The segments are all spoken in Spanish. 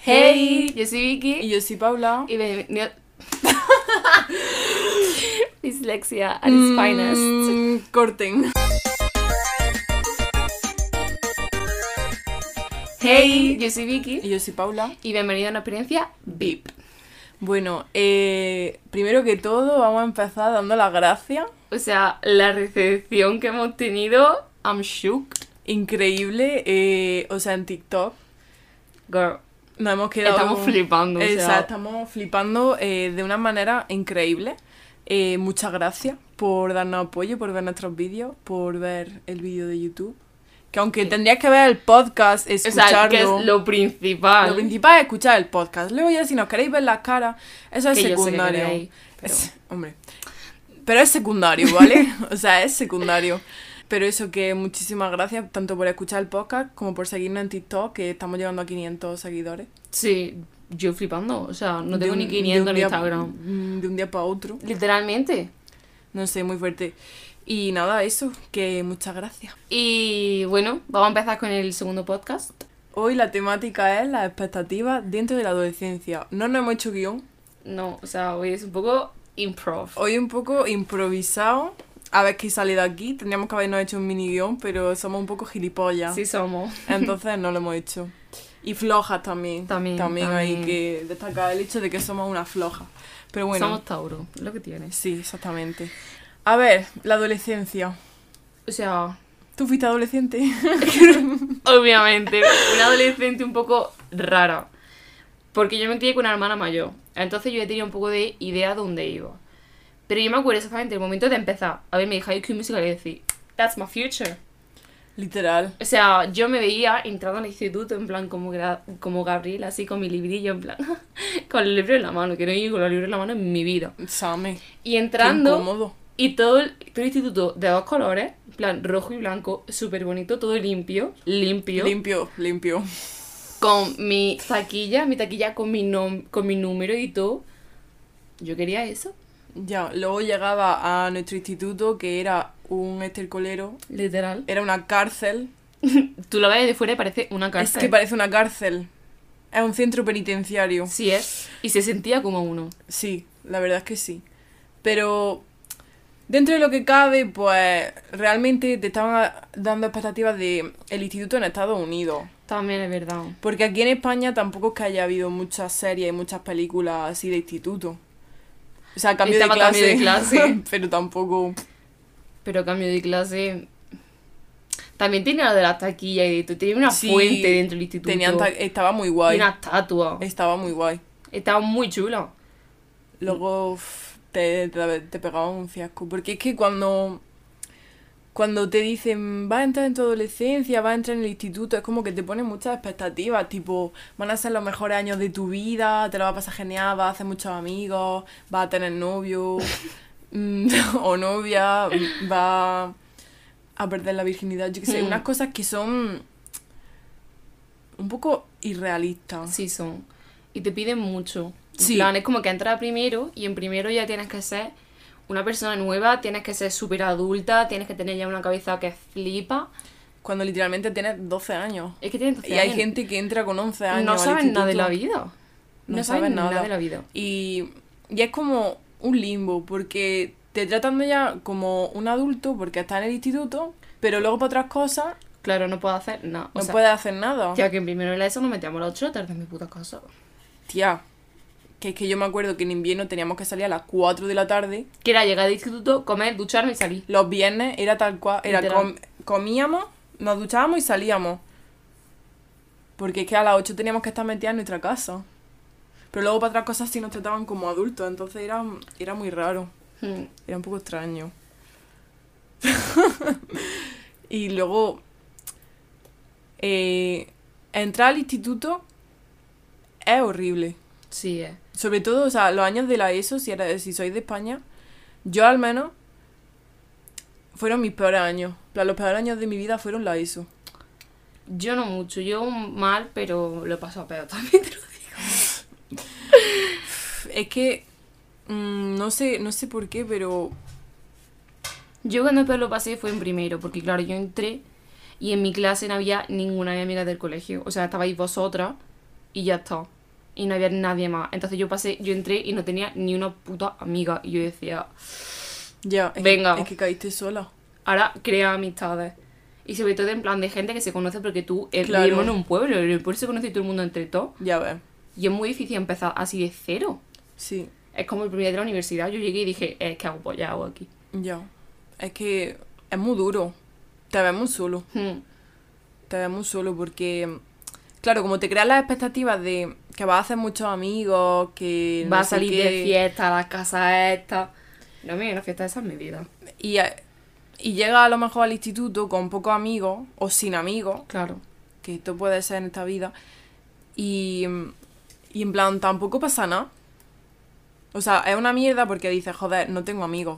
Hey, yo soy Vicky. Y yo soy Paula. Y bienvenido... Dislexia at its finest. Corten. Hey, yo soy Vicky. Y yo soy Paula. Y bienvenido a una experiencia VIP. Bueno, primero que todo vamos a empezar dando las gracias. O sea, la recepción que hemos tenido, I'm shook. Increíble, o sea, en TikTok. Girl, Nos hemos quedado... estamos flipando, o sea... Exacto, estamos flipando de una manera increíble. Muchas gracias por darnos apoyo, por ver nuestros vídeos, por ver el vídeo de YouTube. Que aunque tendrías que ver el podcast, escucharlo... O sea, que es lo principal. Lo principal es escuchar el podcast. Luego ya si nos queréis ver las caras, eso es Que yo sé que secundario. queréis, pero... Hombre. Pero es secundario, ¿vale? O sea, es secundario. Pero eso, que muchísimas gracias tanto por escuchar el podcast como por seguirnos en TikTok, que estamos llegando a 500 seguidores. Sí, yo flipando. O sea, no tengo ni 500 en Instagram. De un día para otro. Literalmente. No sé, muy fuerte. Y nada, eso, que muchas gracias. Y bueno, vamos a empezar con el segundo podcast. Hoy la temática es las expectativas dentro de la adolescencia. No nos hemos hecho guión. No, o sea, hoy es un poco improv. Hoy un poco improvisado. A ver qué sale de aquí. Tendríamos que habernos hecho un mini guión, pero somos un poco gilipollas. Sí somos. Entonces no lo hemos hecho. Y flojas también. También hay que destacar el hecho de que somos una floja. Pero bueno. Somos Tauro, es lo que tienes. Sí, exactamente. A ver, la adolescencia. O sea, ¿Tú fuiste adolescente? obviamente, una adolescente un poco rara. Porque yo me crié con una hermana mayor. Entonces yo ya tenía un poco de idea de dónde iba. Pero yo me acuerdo exactamente el momento de empezar a ver mi High School Musical y decir, that's my future. Literal. O sea, yo me veía entrando al instituto en plan como Gabriela, así con mi librillo en plan, con el libro en la mano, que no he ido con el libro en la mano en mi vida. Same. Y entrando, Qué incómodo. y todo el instituto de dos colores, en plan rojo y blanco, súper bonito, todo limpio, Limpio. con mi taquilla con mi número y todo. Yo quería eso. Ya, luego llegaba a nuestro instituto, que era un estercolero. Literal. Era una cárcel. Tú lo ves de fuera y parece una cárcel. Es que parece una cárcel. Es un centro penitenciario. Sí es. Y se sentía como uno. Sí, la verdad es que sí. Pero dentro de lo que cabe, pues realmente te estaban dando expectativas de el instituto en Estados Unidos. También es verdad. Porque aquí en España tampoco es que haya habido muchas series y muchas películas así de instituto. O sea, cambio de clase. Pero tampoco... Pero cambio de clase... También tenía lo de la taquilla y tenía una fuente dentro del instituto. Estaba muy guay. Y una estatua. Estaba muy guay. Estaba muy chula. Luego te pegaba un fiasco. Porque es que cuando te dicen vas a entrar en tu adolescencia, vas a entrar en el instituto, es como que te ponen muchas expectativas. Tipo, van a ser los mejores años de tu vida, te lo vas a pasar genial, vas a hacer muchos amigos, vas a tener novio o novia, vas a perder la virginidad. Yo qué sé, unas cosas que son un poco irrealistas. Sí son. Y te piden mucho. Sí. En plan, es como que entras primero y en primero ya tienes que ser una persona nueva, tienes que ser súper adulta, tienes que tener ya una cabeza que flipa. Cuando literalmente tienes 12 años. Es que tienes 12 Y hay años. gente que entra con 11 años. No saben nada de la vida. No saben nada de la vida. Y es como un limbo, porque te tratan de ya como un adulto porque estás en el instituto, pero luego para otras cosas Claro, no puedo hacer nada. no puedes hacer nada. Ya que en primero de la ESO nos metíamos a las 8 de la tarde en mi puta casa. Tía, que es que yo me acuerdo que en invierno teníamos que salir a las 4 de la tarde. Que era llegar al instituto, comer, ducharme y salir. Los viernes era tal cual, era Literal. comíamos, nos duchábamos y salíamos. Porque es que a las 8 teníamos que estar metidas en nuestra casa. Pero luego para otras cosas sí nos trataban como adultos, entonces era muy raro. Era un poco extraño. Y luego entrar al instituto es horrible. Sí, Sobre todo, o sea, los años de la ESO, si sois de España, yo al menos fueron mis peores años. Los peores años de mi vida fueron la ESO. Yo no mucho, yo mal, pero lo he pasado peor también, te lo digo. Es que no sé por qué, pero Yo cuando peor lo pasé fue en primero, porque claro, yo entré y en mi clase no había ninguna amiga del colegio. O sea, estabais vosotras y ya está. y no había nadie más. Entonces yo entré y no tenía ni una puta amiga. Y yo decía, Ya, venga, es que caíste sola. ahora crea amistades. Y sobre todo en plan de gente que se conoce porque tú Claro. vivimos en un pueblo. En el pueblo se conoce todo el mundo entre todos. Ya ves. Y es muy difícil empezar así de cero. Sí, Es como el primer día de la universidad. Yo llegué y dije, ¿qué hago? Pues ya hago aquí. ya. Es que es muy duro. Te ves muy solo. Hmm. Te ves muy solo porque, claro, como te creas las expectativas de que vas a hacer muchos amigos, que no Va a sé salir qué, de fiesta a las casas estas. No, mira, una fiesta esa es mi vida. y, y llegas a lo mejor al instituto con pocos amigos o sin amigos, Claro. que esto puede ser en esta vida, y en plan, tampoco pasa nada. O sea, es una mierda porque dices, joder, no tengo amigos.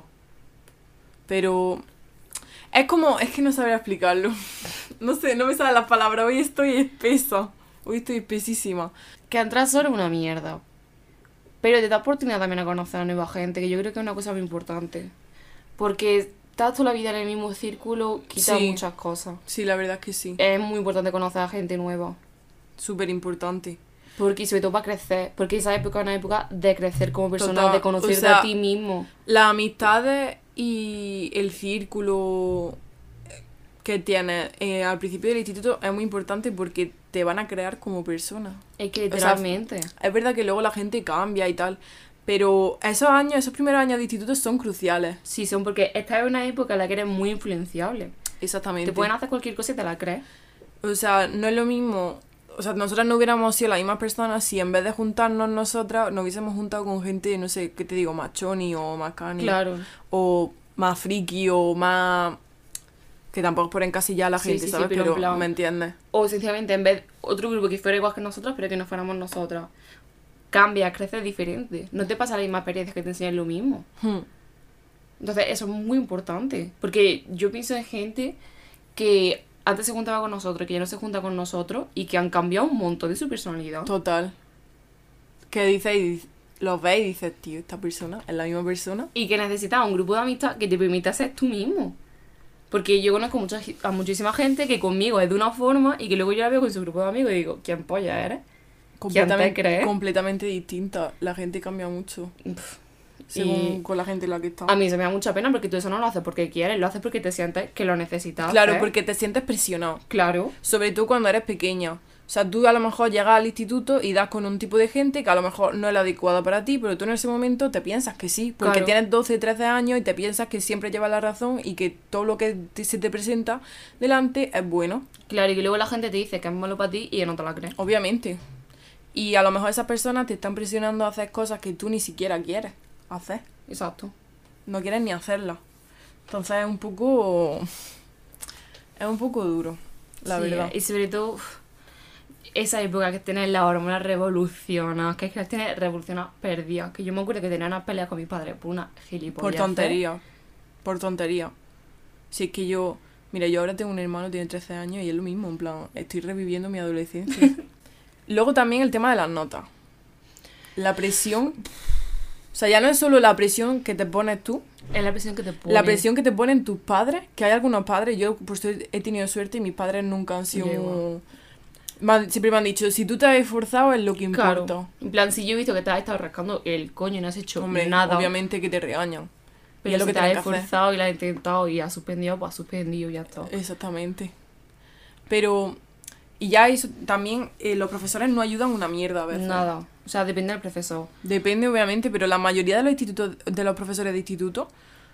Pero es como, es que no sabría explicarlo. No sé, no me salen las palabras. Hoy estoy espesa. Hoy estoy espesísima. Que entrar solo es una mierda. Pero te da oportunidad también a conocer a nueva gente, que yo creo que es una cosa muy importante. Porque estar toda la vida en el mismo círculo quita Sí. muchas cosas. Sí, la verdad es que sí. Es muy importante conocer a gente nueva. Súper importante. Porque sobre todo para crecer. Porque esa época es una época de crecer como persona, Total, de conocerte o sea, a ti mismo. Las amistades y el círculo que tienes al principio del instituto es muy importante porque te van a crear como persona. Es que O sea, literalmente. es verdad que luego la gente cambia y tal, pero esos años, esos primeros años de instituto son cruciales. Sí, son porque esta es una época en la que eres muy influenciable. Exactamente. Te pueden hacer cualquier cosa y te la crees. O sea, no es lo mismo. O sea, nosotras no hubiéramos sido la misma persona si en vez de juntarnos nosotras nos hubiésemos juntado con gente, no sé, ¿qué te digo? Más choni o más cani. Claro. O más friki o más... Que tampoco es por encasillar a la Sí, gente, sí, sí, ¿sabes? pero en Pero plan- ¿me entiendes? O sencillamente en vez otro grupo que fuera igual que nosotros, pero que no fuéramos nosotras. Cambia, creces diferente. No te pasa la misma experiencia que te enseñan lo mismo. Hmm. Entonces eso es muy importante. Porque yo pienso en gente que antes se juntaba con nosotros, que ya no se junta con nosotros y que han cambiado un montón de su personalidad. Total. Que dices y los ves y dices, tío, esta persona es la misma persona. Y que necesitas un grupo de amistad que te permita ser tú mismo. Porque yo conozco a muchísima gente que conmigo es de una forma y que luego yo la veo con su grupo de amigos y digo, ¿quién polla eres? ¿Quién te crees? Completamente distinta. La gente cambia mucho. Según Y con la gente en la que está. a mí se me da mucha pena porque tú eso no lo haces porque quieres, lo haces porque te sientes que lo necesitas Claro, hacer. porque te sientes presionado. Claro, Sobre todo cuando eres pequeña. O sea, tú a lo mejor llegas al instituto y das con un tipo de gente que a lo mejor no es la adecuada para ti, pero tú en ese momento te piensas que sí. Porque Claro. tienes 12, 13 años y te piensas que siempre llevas la razón y que todo lo que se te presenta delante es bueno. claro, y que luego la gente te dice que es malo para ti y que no te la crees. Obviamente. Y a lo mejor esas personas te están presionando a hacer cosas que tú ni siquiera quieres hacer. Exacto. No quieres ni hacerlas. Entonces es un poco... Es un poco duro, la Sí, verdad. Y sobre todo, esa época que tienes las hormonas revolucionadas, que es que las tienes revolucionadas perdidas. Que yo me acuerdo que tenía unas peleas con mi padre por una gilipollas. Por tontería. Por tontería. Si es que yo... Mira, yo ahora tengo un hermano, tiene 13 años y es lo mismo, en plan, estoy reviviendo mi adolescencia. Luego también el tema de las notas. La presión... O sea, ya no es solo la presión que te pones tú, Es la presión que te pone. la presión que te ponen tus padres, que hay algunos padres, yo pues he tenido suerte y mis padres nunca han sido... Yo igual. Siempre me han dicho, si tú te has esforzado es lo que importa. Claro. En plan, si yo he visto que te has estado rascando el coño y no has hecho Hombre, nada. obviamente que te regañan. Y Pero es lo si que te has tienes que hacer. esforzado y lo has intentado y has suspendido, pues has suspendido y ya está. Exactamente. Pero... Y ya eso también, los profesores no ayudan una mierda a veces. Nada. O sea, depende del profesor. Depende, obviamente, pero la mayoría de los institutos, de los profesores de instituto,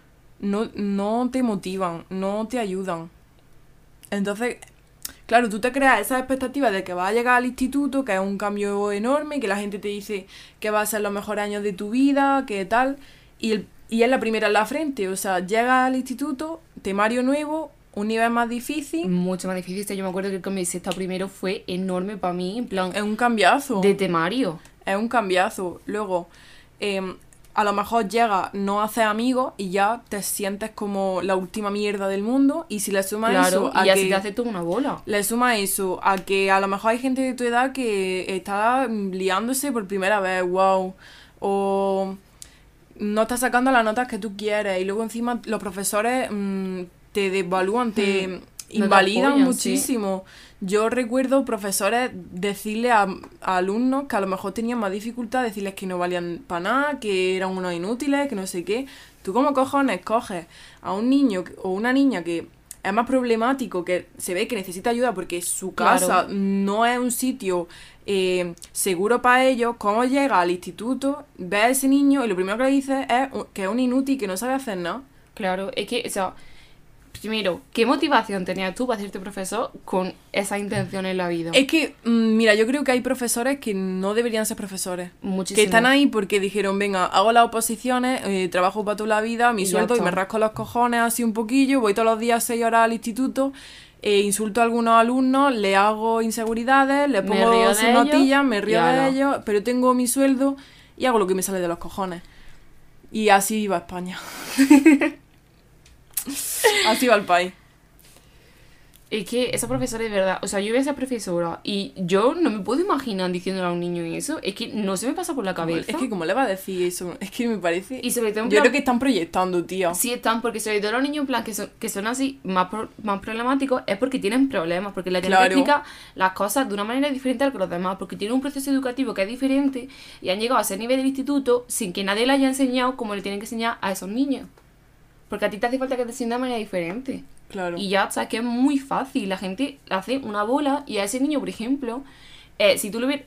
no te motivan, no te ayudan. Entonces, claro, tú te creas esas expectativas de que vas a llegar al instituto, que es un cambio enorme, que la gente te dice que va a ser los mejores años de tu vida, que tal, y es la primera en la frente. O sea, llegas al instituto, temario nuevo, un nivel más difícil, Mucho más difícil. Yo me acuerdo que con mi sexta primero fue enorme para mí, en plan, es un cambiazo. de temario. Es un cambiazo. Luego, a lo mejor llega, no haces amigos y ya te sientes como la última mierda del mundo. Y si le sumas Claro, eso a y ya que... se te hace toda una bola. Le suma eso a que a lo mejor hay gente de tu edad que está liándose por primera vez, wow. O no está sacando las notas que tú quieres. Y luego encima los profesores te devalúan, invalidan apoyan, muchísimo. Yo recuerdo profesores decirle a alumnos que a lo mejor tenían más dificultad, decirles que no valían para nada, que eran unos inútiles, que no sé qué. ¿Tú cómo cojones coges a un niño o una niña que es más problemático, que se ve que necesita ayuda porque su casa no es un sitio seguro para ellos? ¿Cómo llega al instituto, ve a ese niño y lo primero que le dice es que es un inútil, que no sabe hacer nada? Claro, es que, o sea, primero, ¿qué motivación tenías tú para hacerte profesor con esa intención en la vida? Es que, mira, yo creo que hay profesores que no deberían ser profesores. Muchísimo. Que están ahí porque dijeron, venga, hago las oposiciones, trabajo para toda la vida, mi Y ya sueldo y está. me rasco los cojones así un poquillo, voy todos los días 6 horas al instituto, insulto a algunos alumnos, le hago inseguridades, les Me pongo río de sus ellos, notillas, me y río de ala. ellos, pero tengo mi sueldo y hago lo que me sale de los cojones. Y así iba España. Así va el país. Es que esa profesora de verdad, o sea, yo veo a esa profesora y yo no me puedo imaginar diciéndole a un niño eso, es que no se me pasa por la cabeza. Es que ¿cómo le va a decir eso? Es que me parece... Y sobre todo en Yo plan- creo que están proyectando, tío. Sí están, porque sobre todo los niños en plan que son así más problemáticos es porque tienen problemas, porque le tienen que Claro. explicar las cosas de una manera diferente a que los demás, porque tienen un proceso educativo que es diferente y han llegado a ese nivel del instituto sin que nadie le haya enseñado como le tienen que enseñar a esos niños. Porque a ti te hace falta que te enseñen de manera diferente. Claro. Y ya, sabes que es muy fácil. La gente hace una bola y a ese niño, por ejemplo, si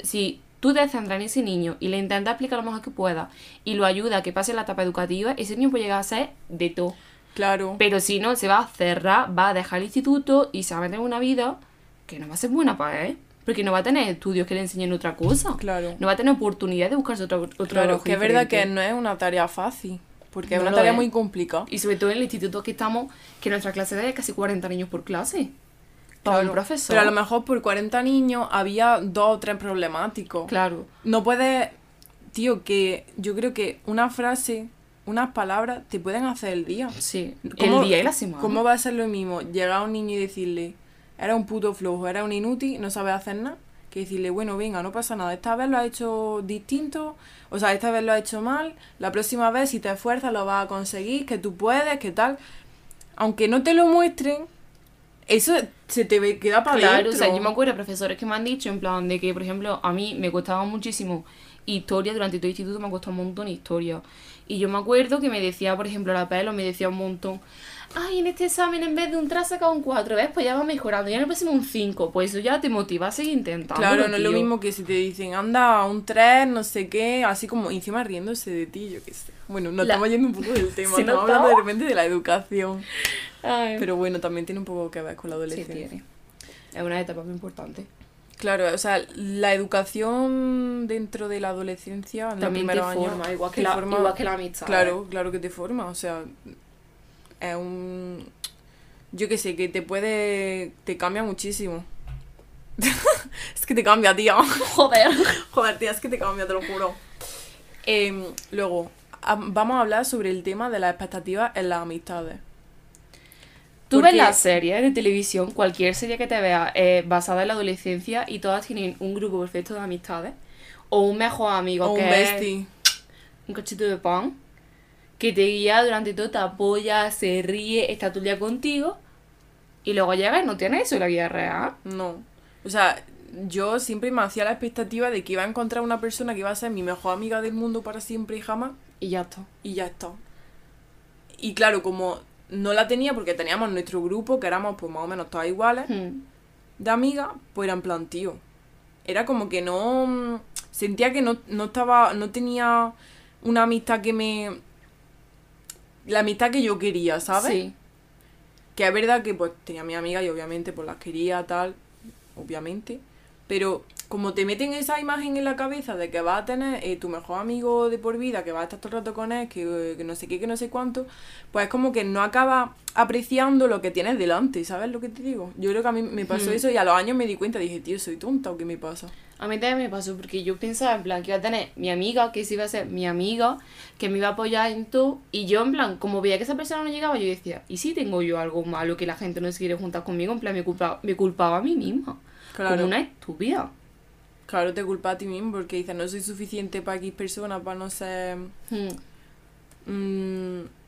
tú te centras en ese niño y le intentas explicar lo mejor que puedas y lo ayuda a que pase la etapa educativa, ese niño puede llegar a ser de todo. Claro. Pero si no, se va a cerrar, va a dejar el instituto y se va a meter en una vida que no va a ser buena para él. Porque no va a tener estudios que le enseñen otra cosa. Claro. No va a tener oportunidad de buscarse otro Claro, trabajo que es verdad que diferente. no es una tarea fácil, porque es No una lo tarea es. muy complicada. Y sobre todo en el instituto que estamos, que nuestra clase de casi 40 niños por clase. Para un profesor. Pero a lo mejor por 40 niños había 2 o 3 problemáticos. Claro. No puedes... Tío, que yo creo que una frase, unas palabras, te pueden hacer el día. Sí. ¿Cómo- El día y la semana. ¿Cómo va a ser lo mismo llegar a un niño y decirle, era un puto flojo, era un inútil, no sabes hacer nada? Que decirle, bueno, venga, no pasa nada, esta vez lo has hecho distinto, o sea, esta vez lo has hecho mal, la próxima vez si te esfuerzas lo vas a conseguir, que tú puedes, que tal. Aunque no te lo muestren, eso se te queda para Claro, dentro. o sea, yo me acuerdo de profesores que me han dicho en plan de que, por ejemplo, a mí me costaba muchísimo historia, durante todo el instituto me ha costado un montón historia. Y yo me acuerdo que me decía, por ejemplo, la Pelo me decía un montón, ay, en este examen en vez de un 3 has sacado un 4, ¿ves? Pues ya va mejorando, ya en el próximo un 5, pues eso ya te motiva a seguir intentando. Claro, no es lo mismo que si te dicen, anda, un 3, no sé qué, así como encima riéndose de ti, yo qué sé. Bueno, nos La- estamos yendo un poco del tema, ¿Se estamos notaba? hablando de repente de la educación. Ay, Pero bueno, también tiene un poco que ver con la sí adolescencia. tiene. Es una etapa muy importante. Claro, o sea, la educación dentro de la adolescencia, en los También te primeros años, forma, igual que, te la, forma- igual que la amistad. Claro, claro que te forma, o sea, es un... Yo qué sé, que te cambia muchísimo. Es que te cambia, tía. Joder. Joder, tía, es que te cambia, te lo juro. Luego, vamos a hablar sobre el tema de las expectativas en las amistades. Tú Porque- ves las series de televisión, cualquier serie que te veas basada en la adolescencia y todas tienen un grupo perfecto de amistades o un mejor amigo O un que bestie. es un cachito de pan que te guía durante todo, te apoya, se ríe, está todo el día contigo y luego llega y no tiene eso en la vida real. No. O sea, yo siempre me hacía la expectativa de que iba a encontrar una persona que iba a ser mi mejor amiga del mundo para siempre y jamás. Y ya está. Y ya está. Y claro, como no la tenía porque teníamos nuestro grupo, que éramos pues más o menos todas iguales, de amigas, pues era en plan, tío. Era como que no... Sentía que no tenía una amistad que me... La amistad que yo quería, ¿sabes? Sí. Que es verdad que pues tenía a mi amiga y obviamente pues las quería, tal, obviamente. Pero como te meten esa imagen en la cabeza de que vas a tener tu mejor amigo de por vida, que vas a estar todo el rato con él, que no sé qué, que no sé cuánto, pues es como que no acabas apreciando lo que tienes delante, ¿sabes lo que te digo? Yo creo que a mí me pasó eso y a los años me di cuenta, dije, tío, ¿soy tonta o qué me pasa? A mí también me pasó porque yo pensaba en plan que iba a tener mi amiga, que esa iba a ser mi amiga, que me iba a apoyar en todo. Y yo en plan, como veía que esa persona no llegaba, yo decía, ¿y si tengo yo algo malo que la gente no se quiere juntar conmigo? En plan, me culpaba a mí misma. Claro. Como una estúpida. Claro, te culpa a ti mismo porque dices, no soy suficiente para X personas, para no ser...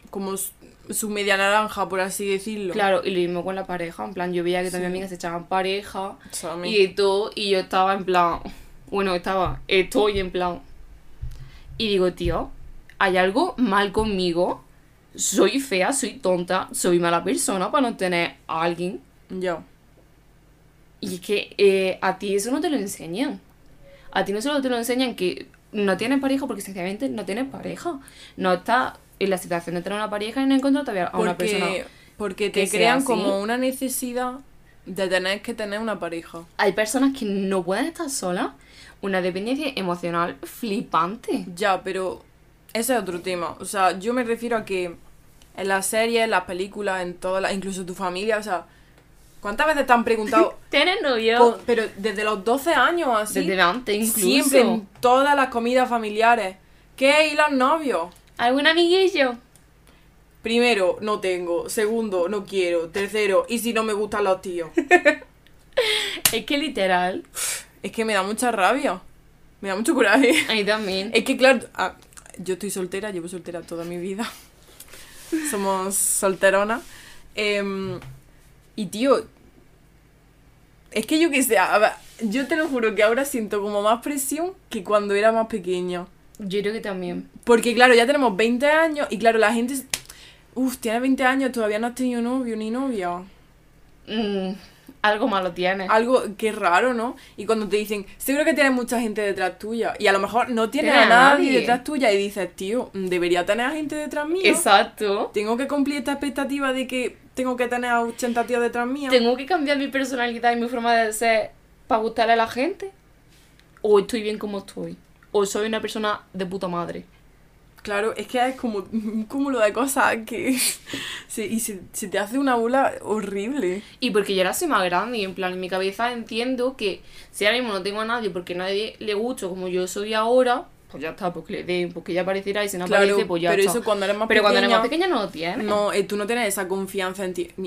como su media naranja, por así decirlo. Claro, y lo mismo con la pareja, en plan, yo veía que también Sí. amigas se echaban pareja O sea, a mí- y de todo, y yo estaba en plan, bueno, estoy en plan, y digo, tío, hay algo mal conmigo, soy fea, soy tonta, soy mala persona para no tener a alguien, Ya. y es que a ti eso no te lo enseñan, a ti no solo te lo enseñan que no tienes pareja porque sencillamente no tienes pareja, no estás en la situación de tener una pareja y no encontrar todavía a una persona. Porque que te sea crean así. como una necesidad de tener que tener una pareja. Hay personas que no pueden estar solas, una dependencia emocional flipante. Ya, pero ese es otro tema. O sea, yo me refiero a que en las series, en las películas, en todas las, incluso tu familia, o sea, ¿cuántas veces te han preguntado? ¿Tienes novio? Pero desde los 12 años así. Desde antes incluso. Siempre en todas las comidas familiares. ¿Qué? ¿Y los novios? ¿Algún amiguillo? Primero, no tengo. Segundo, no quiero. Tercero, ¿y si no me gustan los tíos? Es que literal, Es que me da mucha rabia. Me da mucho coraje. a mí también. Es que claro, yo estoy soltera, llevo soltera toda mi vida. Somos solteronas. Y tío, es que yo qué sé, a ver, yo te lo juro que ahora siento como más presión que cuando era más pequeña. Yo creo que también. Porque claro, ya tenemos 20 años y claro, la gente... tienes 20 años, todavía no has tenido novio ni novia. Algo malo tienes. Algo que es raro, ¿no? Y cuando te dicen, seguro que tienes mucha gente detrás tuya. Y a lo mejor no tienes Tienes a a nadie nadie. detrás tuya y dices, tío, debería tener a gente detrás mío. Exacto. Tengo que cumplir esta expectativa de que tengo que tener a 80 tíos detrás mío. ¿Tengo que cambiar mi personalidad y mi forma de ser para gustarle a la gente? ¿O estoy bien como estoy? ¿O soy una persona de puta madre? Claro, es que es como un cúmulo de cosas que... se te hace una bola horrible. Y porque yo ahora soy más grande y en plan en mi cabeza entiendo que si ahora mismo no tengo a nadie porque a nadie le gusto como yo soy ahora, pues ya está, porque le den, porque ya aparecerá y si no Claro, aparece, pues ya pero está. eso cuando eres más Pero cuando eres pequeña... más pequeña no lo tienes. No, tú no tienes esa confianza en ti...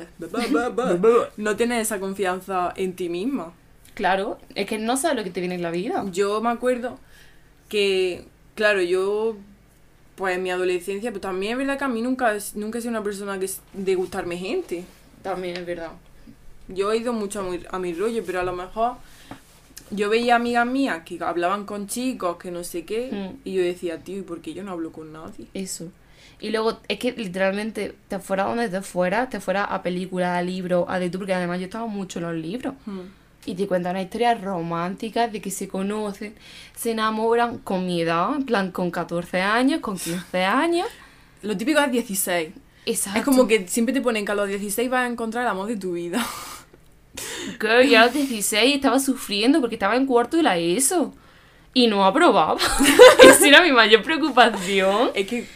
No tienes esa confianza en ti misma. Claro, es que no sabes lo que te viene en la vida. Yo me acuerdo que, claro, yo, pues en mi adolescencia, pues también es verdad que a mí nunca he sido una persona que es de gustarme gente. También es verdad. Yo he ido mucho a mi rollo, pero a lo mejor yo veía amigas mías que hablaban con chicos, que no sé qué, y yo decía, tío, ¿y por qué yo no hablo con nadie? Eso. Y luego, es que literalmente, te fuera donde te fuera a películas, a libros, a de tú, porque además yo estaba mucho en los libros. Y te cuentan una historia romántica de que se conocen, se enamoran con mi edad, en plan con 14 años, con 15 años. Lo típico es 16. Exacto. Es como que siempre te ponen que a los 16 vas a encontrar el amor de tu vida. Girl, yo a los 16 estaba sufriendo porque estaba en cuarto de la ESO. Y no aprobaba. Esa era mi mayor preocupación.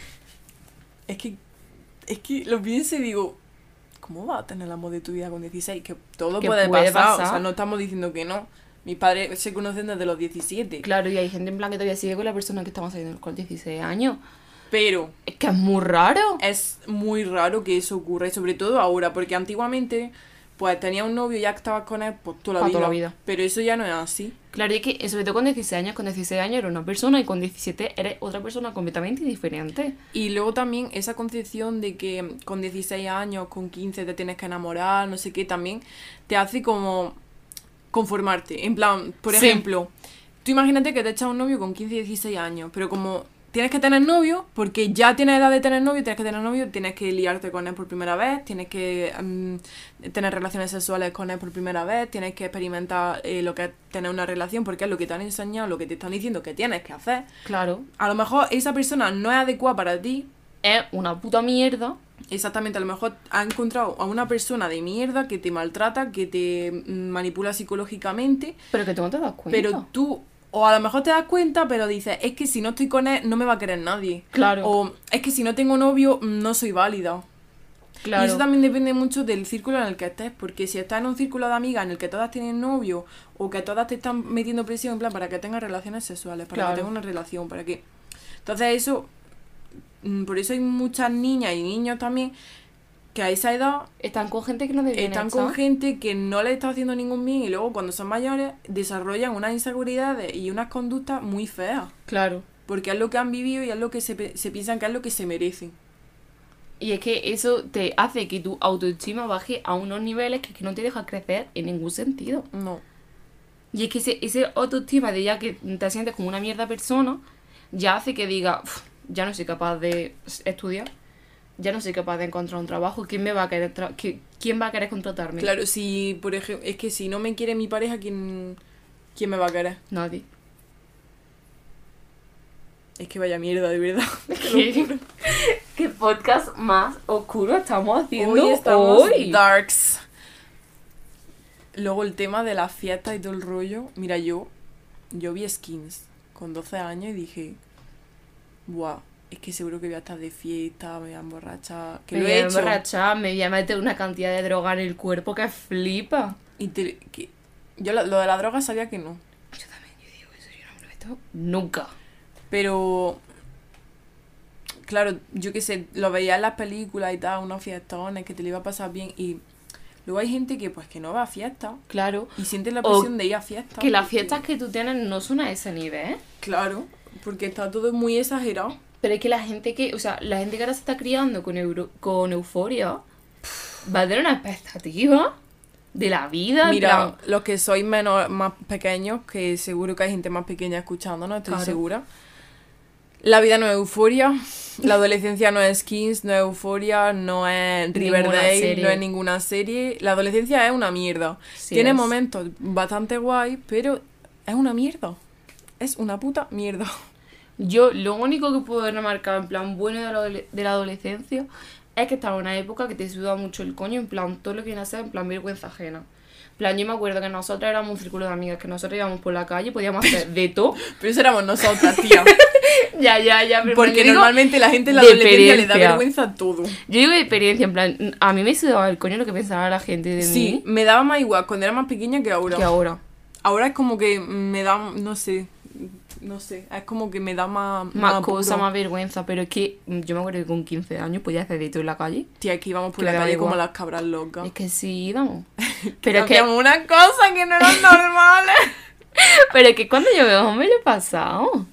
Es que lo pienso y digo, ¿cómo vas a tener el amor de tu vida con 16? Que todo Que puede puede pasar. pasar. O sea, no estamos diciendo que no. Mis padres se conocen desde los 17. Claro, y hay gente en plan que todavía sigue con la persona que estamos saliendo con 16 años. Pero Es que es muy raro. es muy raro que eso ocurra. Y sobre todo ahora, porque antiguamente, pues tenías un novio y ya estabas con él pues, Pa' toda la vida. Pero eso ya no es así. Claro, y que sobre todo con 16 años eres una persona y con 17 eres otra persona completamente diferente. Y luego también esa concepción de que con 16 años, con 15 te tienes que enamorar, no sé qué, también te hace como conformarte. En plan, por Sí. ejemplo, tú imagínate que te echas un novio con 15 y 16 años, pero como tienes que tener novio, porque ya tienes edad de tener novio, tienes que liarte con él por primera vez, tienes que tener relaciones sexuales con él por primera vez, tienes que experimentar lo que es tener una relación, porque es lo que te han enseñado, lo que te están diciendo que tienes que hacer. Claro. A lo mejor esa persona no es adecuada para ti. Es una puta mierda. Exactamente, a lo mejor has encontrado a una persona de mierda que te maltrata, que te manipula psicológicamente, Pero que tú no te das cuenta. pero tú, o a lo mejor te das cuenta, pero dices, es que si no estoy con él, no me va a querer nadie. Claro. O es que si no tengo novio, no soy válida. Claro. Y eso también depende mucho del círculo en el que estés, porque si estás en un círculo de amigas en el que todas tienen novio, o que todas te están metiendo presión en plan para que tengas relaciones sexuales, para Claro. que tengas una relación, para que... Entonces eso, por eso hay muchas niñas y niños también que a esa edad Están con gente que no deberían están estar. con gente que no les está haciendo ningún bien y luego cuando son mayores desarrollan unas inseguridades y unas conductas muy feas, Claro. porque es lo que han vivido y es lo que se piensan que es lo que se merecen. Y es que eso te hace que tu autoestima baje a unos niveles que no te deja crecer en ningún sentido. No. Y es que ese autoestima de ya que te sientes como una mierda persona, ya hace que diga, "Uf, ya no soy capaz de estudiar, ya no soy capaz de encontrar un trabajo, ¿quién me va a querer quién va a querer contratarme? Claro, si, por ejemplo, es que si no me quiere mi pareja, ¿quién me va a querer? Nadie. Es que vaya mierda, de verdad. ¿Qué podcast más oscuro estamos haciendo Hoy estamos hoy? darks. Luego el tema de las fiestas y todo el rollo. Mira, yo vi Skins con 12 años y dije, buah, es que seguro que voy a estar de fiesta, me voy a emborrachar. Que Me lo voy he a hecho. emborrachar, me voy a meter una cantidad de droga en el cuerpo que flipa. Yo lo de la droga sabía que no. Yo también, yo digo eso, yo no me lo meto nunca. Pero, claro, yo qué sé, lo veía en las películas y tal, unos fiestones, que te lo iba a pasar bien. Y luego hay gente que pues que no va a fiestas Claro. y siente la O presión de ir a fiestas. Que las porque- fiestas que tú tienes no son a ese nivel. Claro, porque está todo muy exagerado. Pero es que la gente que ahora se está criando con euforia va a tener una expectativa de la vida. en Mira, plan, los que sois más pequeños, que seguro que hay gente más pequeña escuchándonos, estoy Claro. segura. La vida no es euforia, la adolescencia no es Skins, no es euforia, no es Ninguna Riverdale, serie. no es ninguna serie. La adolescencia es una mierda. sí Tiene es. momentos bastante guay, pero es una mierda. Es una puta mierda. Yo lo único que puedo remarcar en plan bueno de la adolescencia es que estaba en una época que te suda mucho el coño, en plan todo lo que viene a ser en plan vergüenza ajena. En plan, yo me acuerdo que nosotros éramos un círculo de amigas, que nosotros íbamos por la calle, podíamos hacer de todo. Pero eso éramos nosotras, tía. ya, pero Porque yo digo normalmente la gente en la de adolescencia le da experiencia. vergüenza todo. Yo digo de experiencia, en plan, a mí me sudaba el coño lo que pensaba la gente de Sí, mí me daba más igual cuando era más pequeña que ahora. que ahora. Ahora es como que me da, no sé, es como que me da Más cosa, apuro. más vergüenza, pero es que yo me acuerdo que con 15 años podía hacer de todo en la calle. Tía, que íbamos por Que la me daba calle como igual. las cabras locas. Es que sí, vamos. Pero es que, Hacíamos una cosa que no eran normales. pero es que cuando yo veo me lo he pasado.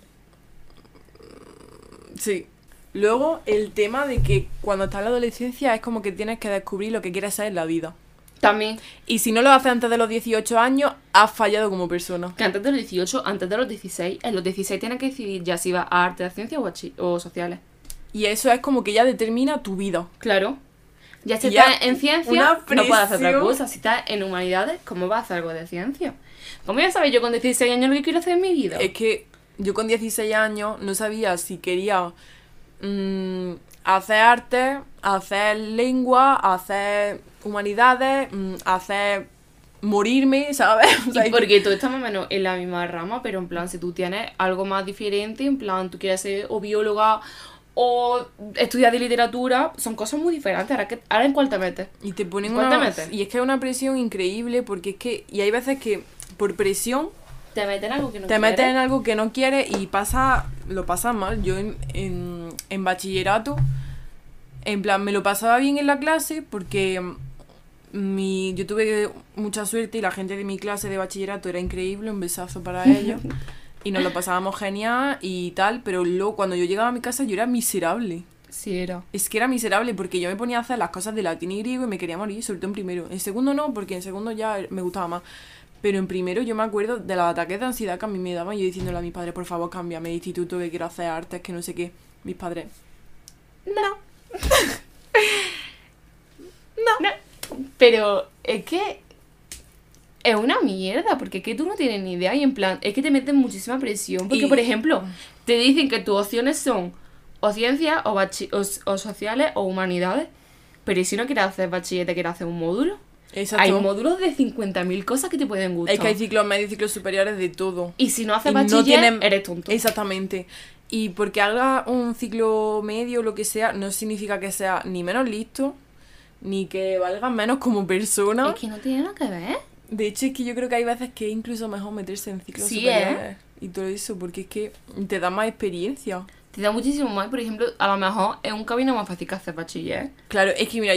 Sí. Luego, el tema de que cuando estás en la adolescencia es como que tienes que descubrir lo que quieres ser en la vida. También, Y si no lo haces antes de los 18 años, has fallado como persona. que antes de los 18, antes de los 16, en los 16 tienes que decidir ya si vas a arte, a ciencias o sociales. Y eso es como que ya determina tu vida. Claro. Ya si Y ya estás en ciencia, una no puedes hacer otra presión. cosa. Si estás en humanidades, ¿cómo vas a hacer algo de ciencia? ¿Cómo ya sabes yo con 16 años lo que quiero hacer en mi vida? Es que yo con 16 años no sabía si quería hacer arte, hacer lengua, hacer humanidades, hacer morirme, ¿sabes? O sea, Y porque todo está más o menos en la misma rama, pero en plan, si tú tienes algo más diferente, en plan, tú quieres ser o bióloga o estudiar de literatura, son cosas muy diferentes. Ahora ¿en cuál te metes? y te ponen ¿Cuál te una... metes? Y es que es una presión increíble porque es que... Y hay veces que por presión Te metes en algo que no te metes en quieres. algo que no quieres y lo pasas mal. Yo en bachillerato, en plan, me lo pasaba bien en la clase porque yo tuve mucha suerte y la gente de mi clase de bachillerato era increíble, un besazo para ellos. Y nos lo pasábamos genial y tal, pero luego cuando yo llegaba a mi casa yo era miserable. Sí, era. Es que era miserable porque yo me ponía a hacer las cosas de latín y griego y me quería morir, sobre todo en primero. En segundo no, porque en segundo ya me gustaba más. Pero en primero yo me acuerdo de los ataques de ansiedad que a mí me daban, yo diciéndole a mi padre, por favor, cámbiame de instituto, que quiero hacer artes, que no sé qué. Mis padres, No. No. Pero es que es una mierda, porque es que tú no tienes ni idea y en plan, es que te meten muchísima presión. Porque, Y- por ejemplo, te dicen que tus opciones son o ciencias o sociales o humanidades. Pero ¿y si no quieres hacer bachillete, quieres hacer un módulo? exacto. Hay módulos de 50.000 cosas que te pueden gustar. Es que hay ciclos medios y ciclos superiores de todo. Y si no haces Y no bachiller, tienen- eres tonto. Exactamente. Y porque haga un ciclo medio o lo que sea, no significa que sea ni menos listo, ni que valgas menos como persona. Es que no tiene nada que ver. De hecho, es que yo creo que hay veces que es incluso mejor meterse en ciclos Sí, superiores y todo eso, porque es que te da más experiencia. Te da muchísimo más. Por ejemplo, a lo mejor es un camino más fácil que hacer bachiller. Claro, es que mira,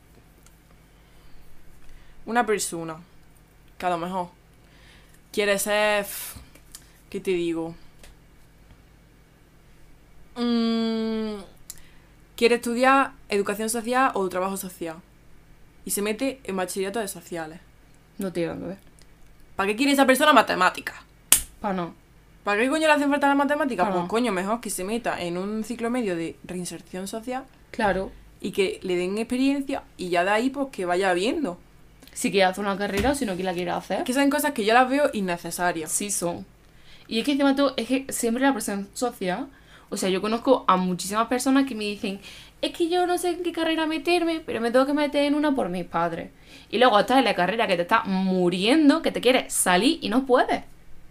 una persona que a lo mejor quiere ser... ¿Qué te digo? Quiere estudiar educación social o trabajo social. Y se mete en bachillerato de sociales. No te digo, ¿eh? ¿Para qué quiere esa persona matemáticas? Pa' no. ¿Para qué coño le hacen falta las matemáticas? Ah. Pues coño, mejor que se meta en un ciclo medio de reinserción social Claro. y que le den experiencia y ya de ahí pues que vaya viendo. Si quieres hacer una carrera o si no que la quieres hacer. Es que son cosas que yo las veo innecesarias. Sí son. Y es que encima todo, es que siempre la presión social, o sea, yo conozco a muchísimas personas que me dicen, es que yo no sé en qué carrera meterme, pero me tengo que meter en una por mis padres. Y luego estás en la carrera que te está muriendo, que te quieres salir y no puedes.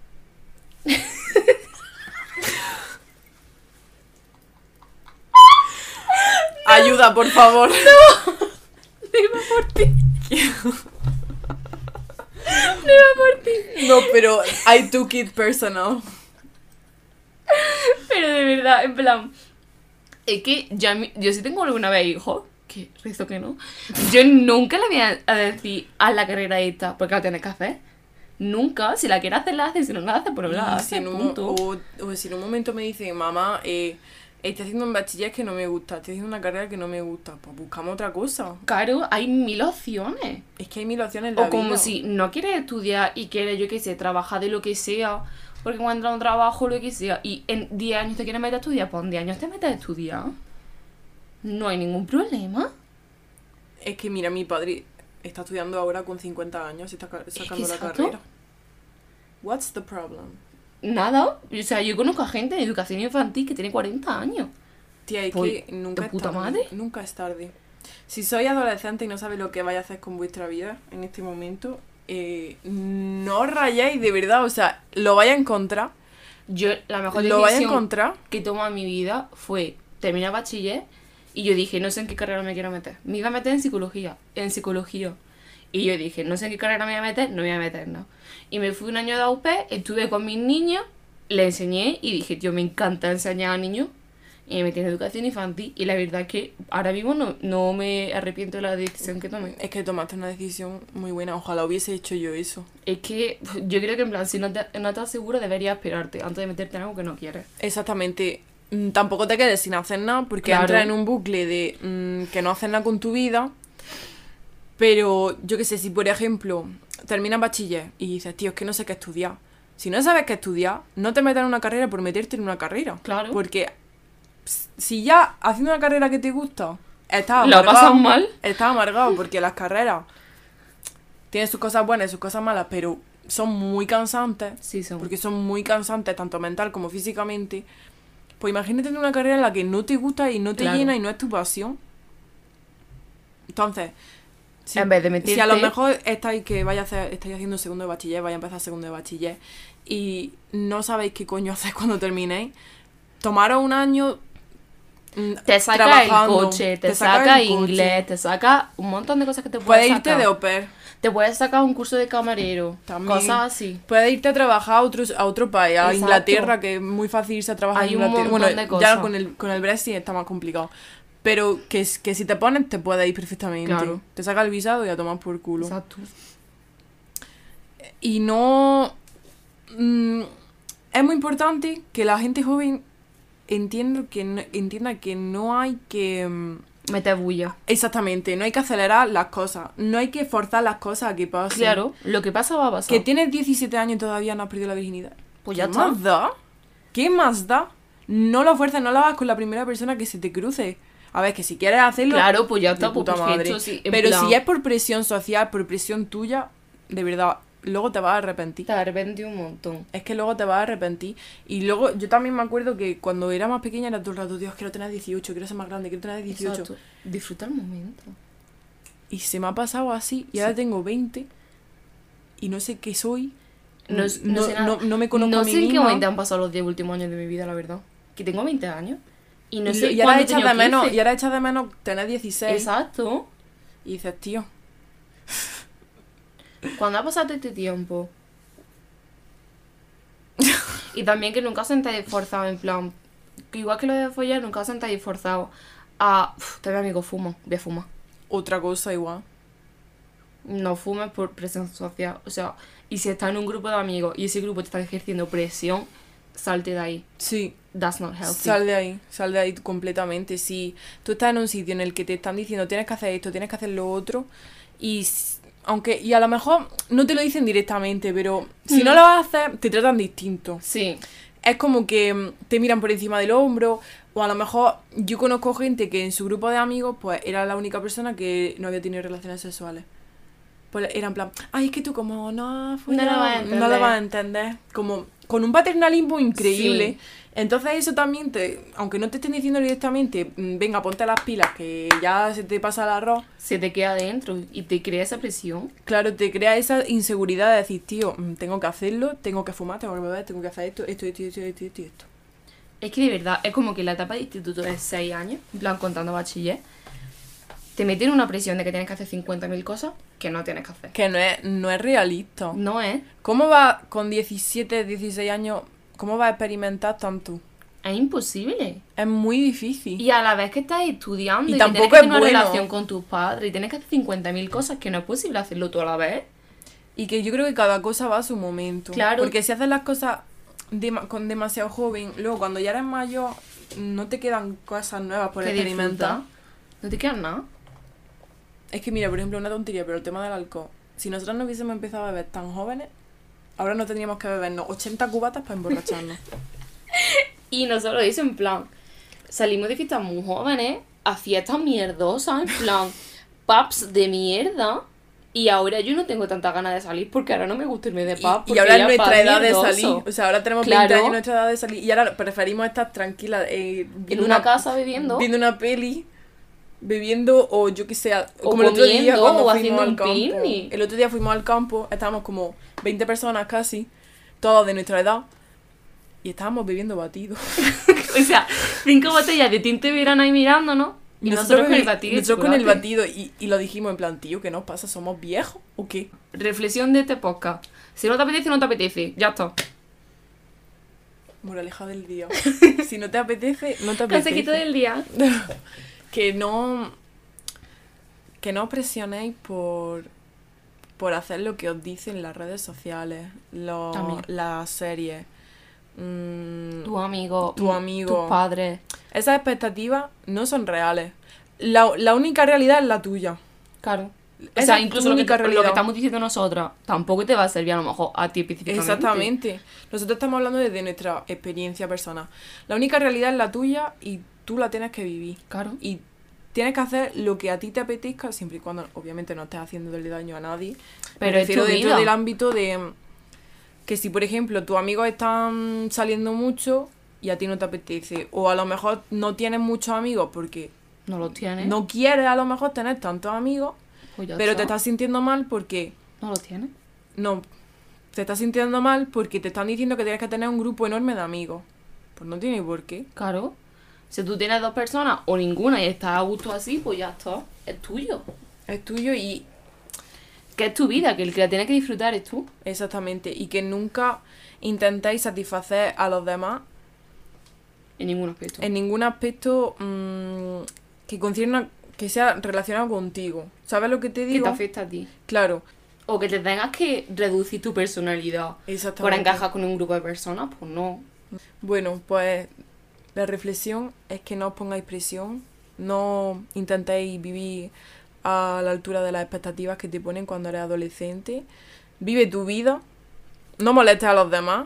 Ayuda, por favor. No iba por ti. No iba por ti. No, pero I took it personal. Pero de verdad, en plan, es que yo sí tengo alguna vez hijos, que rezo que no, yo nunca le voy a decir, haz la carrera esta, porque la tienes que hacer. Nunca, si la quieres hacer, la haces, si no la haces, pues no la haces, Si en un, punto. o si en un momento me dicen, mamá, estoy haciendo un bachiller que no me gusta, estoy haciendo una carrera que no me gusta, pues buscamos otra cosa. Claro, hay 1000 opciones. Es que hay 1000 opciones en la O como vida. si no quieres estudiar y quieres, yo qué sé, trabajar de lo que sea, porque encuentras un trabajo, lo que sea, y en 10 años te quieres meter a estudiar, pues en 10 años te metes a estudiar. No hay ningún problema. Es que mira, mi padre está estudiando ahora con 50 años y está sacando la exacto. carrera. What's the problem? Nada, o sea, yo conozco a gente de educación infantil que tiene 40 años. Tía, es Pues, que nunca ¿de es puta tarde. madre? Nunca es tarde. Si sois adolescente y no sabéis lo que vais a hacer con vuestra vida en este momento, no os rayáis de verdad. O sea, lo vais a encontrar. Yo, la mejor Lo vais a decisión encontrar. que tomo en mi vida fue terminar bachiller y yo dije, no sé en qué carrera me quiero meter. Me iba a meter en psicología. Y yo dije, no sé en qué carrera me voy a meter, no me voy a meter, no. Y me fui un año de AUP, estuve con mis niños, le enseñé y dije, tío, me encanta enseñar a niños. Y me metí en educación infantil. Y la verdad es que ahora mismo no me arrepiento de la decisión que tomé. Es que tomaste una decisión muy buena. Ojalá hubiese hecho yo eso. Es que yo creo que en plan, si no estás seguro, deberías esperarte antes de meterte en algo que no quieres. Exactamente. Tampoco te quedes sin hacer nada porque Claro. entras en un bucle de que no haces nada con tu vida. Pero yo qué sé, si por ejemplo terminas bachiller y dices, tío, es que no sé qué estudiar. Si no sabes qué estudiar, no te metas en una carrera por meterte en una carrera. Claro. Porque si ya haciendo una carrera que te gusta, estás ¿Lo amargado. pasas mal? Estás amargado porque las carreras tienen sus cosas buenas y sus cosas malas, pero son muy cansantes. Sí, son. Porque son muy cansantes, tanto mental como físicamente. Pues imagínate en una carrera en la que no te gusta y no te Claro. llena y no es tu pasión. Entonces, si, En vez de meterte... si a lo mejor estáis haciendo segundo de bachiller, vais a empezar segundo de bachiller y no sabéis qué coño hacer cuando terminéis, tomaros un año Te saca el trabajando, coche, te saca saca el coche. inglés, te saca un montón de cosas que te puedes Puedes irte sacar. de au pair. Te puedes sacar un curso de camarero, También. cosas así. Puedes irte a trabajar a otro país, a Exacto. Inglaterra, que es muy fácil irse a trabajar Hay en un Inglaterra. montón Bueno, de cosas. ya con el Brexit está más complicado. Pero que si te pones, te puedes ir perfectamente. Claro. Te saca el visado y a tomar por culo. Exacto. Y no... es muy importante que la gente joven entienda que no hay que... Mete bulla. exactamente, no hay que acelerar las cosas. No hay que forzar las cosas a que pasen. Claro, lo que pasa va a pasar. Que tienes 17 años y todavía no has perdido la virginidad. Pues ya ¿Qué está. más da? ¿Qué más da? No lo fuerces, no lo hagas con la primera persona que se te cruce. A ver, que si quieres hacerlo... Claro, pues ya de está, pues puta madre. perfecto, sí, en Pero plan, si es por presión social, por presión tuya, de verdad, luego te vas a arrepentir. te arrepentí un montón. Es que luego te vas a arrepentir. Y luego, yo también me acuerdo que cuando era más pequeña era todo el rato, Dios, quiero tener 18, quiero ser más grande, quiero tener 18. Exacto. Disfruta el momento. Y se me ha pasado así, y ahora tengo 20, y no sé qué soy. No sé nada. no me conozco No a mí sé en qué misma. momento han pasado los 10 últimos años de mi vida, la verdad. Que tengo 20 años. Y no sé y ahora cuándo he echas tenido de menos, 15. y ahora echas de menos tener 16. Exacto. Y dices, tío, Cuando ha pasado este tiempo. Y también que nunca os sentáis forzado, en plan. Que igual que lo de follar, nunca os sentáis forzado a. Te veo amigo, fumo, voy a fumar. otra cosa igual. No fumes por presión social. O sea, y si estás en un grupo de amigos y ese grupo te está ejerciendo presión, salte de ahí. Sí. That's not healthy. Sal de ahí completamente. Si tú estás en un sitio en el que te están diciendo tienes que hacer esto, tienes que hacer lo otro, y y a lo mejor no te lo dicen directamente, pero si no lo haces, te tratan distinto. Sí. Es como que te miran por encima del hombro, o a lo mejor yo conozco gente que en su grupo de amigos pues era la única persona que no había tenido relaciones sexuales. Pues era en plan, ay, es que tú como no has follado, No lo vas a entender. no lo vas a entender. Como con un paternalismo increíble. Sí. Entonces eso también, aunque no te estén diciendo directamente, venga, ponte las pilas, que ya se te pasa el arroz. Se te queda dentro y te crea esa presión. Claro, te crea esa inseguridad de decir, tío, tengo que hacerlo, tengo que fumar, tengo que beber, tengo que hacer esto. Es que de verdad, es como que la etapa de instituto de 6 años, en plan contando bachiller, te meten una presión de que tienes que hacer 50.000 cosas que no tienes que hacer. Que no es realista. No es. ¿Cómo vas con 17, 16 años, cómo vas a experimentar tanto? Es imposible. Es muy difícil. Y a la vez que estás estudiando Y y que tampoco tienes que es tener una bueno. relación con tus padres y tienes que hacer 50.000 cosas que no es posible hacerlo todo a la vez. Y que yo creo que cada cosa va a su momento. Claro. Porque si haces las cosas con demasiado joven, luego cuando ya eres mayor, no te quedan cosas nuevas por Que experimentar. disfruta. No te queda nada. Es que mira, por ejemplo, una tontería, pero el tema del alcohol. Si nosotros no hubiésemos empezado a beber tan jóvenes, ahora no tendríamos que bebernos 80 cubatas para emborracharnos. Y nosotros eso en plan, salimos de fiestas muy jóvenes a fiestas mierdosas, en plan, pubs de mierda. Y ahora yo no tengo tanta ganas de salir porque ahora no me gusta irme de pub. Y ahora es nuestra pub edad mierdoso. de salir. O sea, ahora tenemos Claro. 20 años, nuestra edad de salir. Y ahora preferimos estar tranquilas En una casa bebiendo. viendo una peli, bebiendo, o yo que sé, O como el otro día comiendo, cuando o fuimos haciendo al un campo. picnic. El otro día fuimos al campo, estábamos como 20 personas casi, todas de nuestra edad, y estábamos bebiendo batido. O sea, 5 botellas de tinte verano ahí mirándonos. Y nosotros con el batido. de Nosotros con el chocolate. batido, y lo dijimos en plan, tío, ¿qué nos pasa? ¿Somos viejos o qué? Reflexión de este podcast. Si no te apetece, no te apetece. Ya está. Moraleja del día. Si no te apetece, no te apetece. Consejito del día. Que no os presionéis por hacer lo que os dicen las redes sociales, También. las series, Tu amigo. Tu amigo. Tus padres. esas expectativas no son reales. La única realidad es la tuya. Claro. O Esa sea, es tu incluso lo única que realidad. estamos diciendo nosotras tampoco te va a servir a lo mejor a ti específicamente. Exactamente. Nosotros estamos hablando desde nuestra experiencia personal. La única realidad es la tuya y tú la tienes que vivir. Claro. Y tienes que hacer lo que a ti te apetezca, siempre y cuando obviamente no estés haciéndole daño a nadie. Pero Me es refiero tu dentro vida. del ámbito de que si, por ejemplo, tus amigos están saliendo mucho y a ti no te apetece, o a lo mejor no tienes muchos amigos porque No lo tienes. no quieres a lo mejor tener tantos amigos, Pues ya pero está. te estás sintiendo mal porque No lo tienes. no, te estás sintiendo mal porque te están diciendo que tienes que tener un grupo enorme de amigos. Pues no tiene por qué. Claro. Si tú tienes 2 personas o ninguna y estás a gusto así, pues ya está. Es tuyo. Es tuyo y Que es tu vida, que el que la tiene que disfrutar es tú. exactamente. Y que nunca intentéis satisfacer a los demás En ningún aspecto. en ningún aspecto que concierna, que sea relacionado contigo. ¿Sabes lo que te Que digo? te afecta a ti. Claro, O que te tengas que reducir tu personalidad para exactamente. encajar con un grupo de personas, pues no. Bueno, pues la reflexión es que no os pongáis presión, no intentéis vivir a la altura de las expectativas que te ponen cuando eres adolescente. Vive tu vida, no molestes a los demás,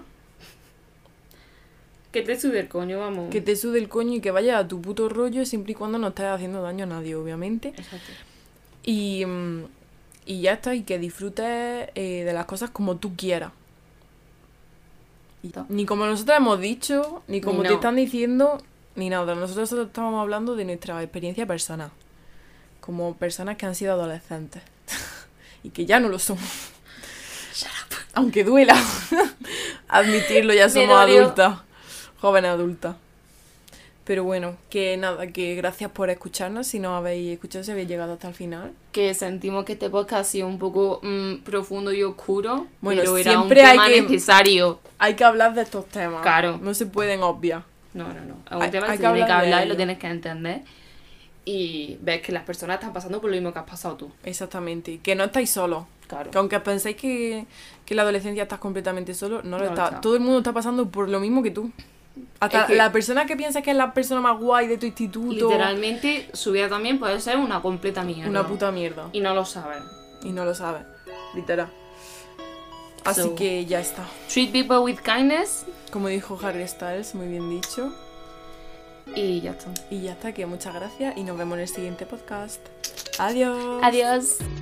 Que te sube el coño, vamos. que te sude el coño y que vayas a tu puto rollo siempre y cuando no estés haciendo daño a nadie, obviamente. Exacto. Y ya está, y que disfrutes de las cosas como tú quieras. Ni como nosotros hemos dicho, ni como Ni te no. están diciendo, ni nada. Nosotros solo estamos hablando de nuestra experiencia personal. Como personas que han sido adolescentes. Y que ya no lo son. Aunque duela admitirlo, ya Me somos dolió. adultas. Jóvenes adultas. Pero bueno, que nada, que gracias por escucharnos. Si nos habéis escuchado, si habéis llegado hasta el final. Que sentimos que este podcast ha sido un poco profundo y oscuro. Bueno, pero era un siempre hay tema que- necesario. Hay que hablar de estos temas. Claro. No se pueden obviar. No. Es un Hay- tema hay que que se tiene que hablar de hablar y ello. lo tienes que entender. Y ves que las personas están pasando por lo mismo que has pasado tú. Exactamente. Que no estáis solos. Claro. Que aunque penséis que en la adolescencia estás completamente solo, no lo No lo estás. está. Todo el mundo está pasando por lo mismo que tú. Hasta Es que- la persona que piensa que es la persona más guay de tu instituto. Literalmente, su vida también puede ser una completa mierda. Una puta mierda. Y no lo saben. Y no lo sabe. Literal. Así So- que ya está. Treat people with kindness. Como dijo Harry Styles, muy bien dicho. Y ya está. Y ya está, que muchas gracias y nos vemos en el siguiente podcast. Adiós. Adiós.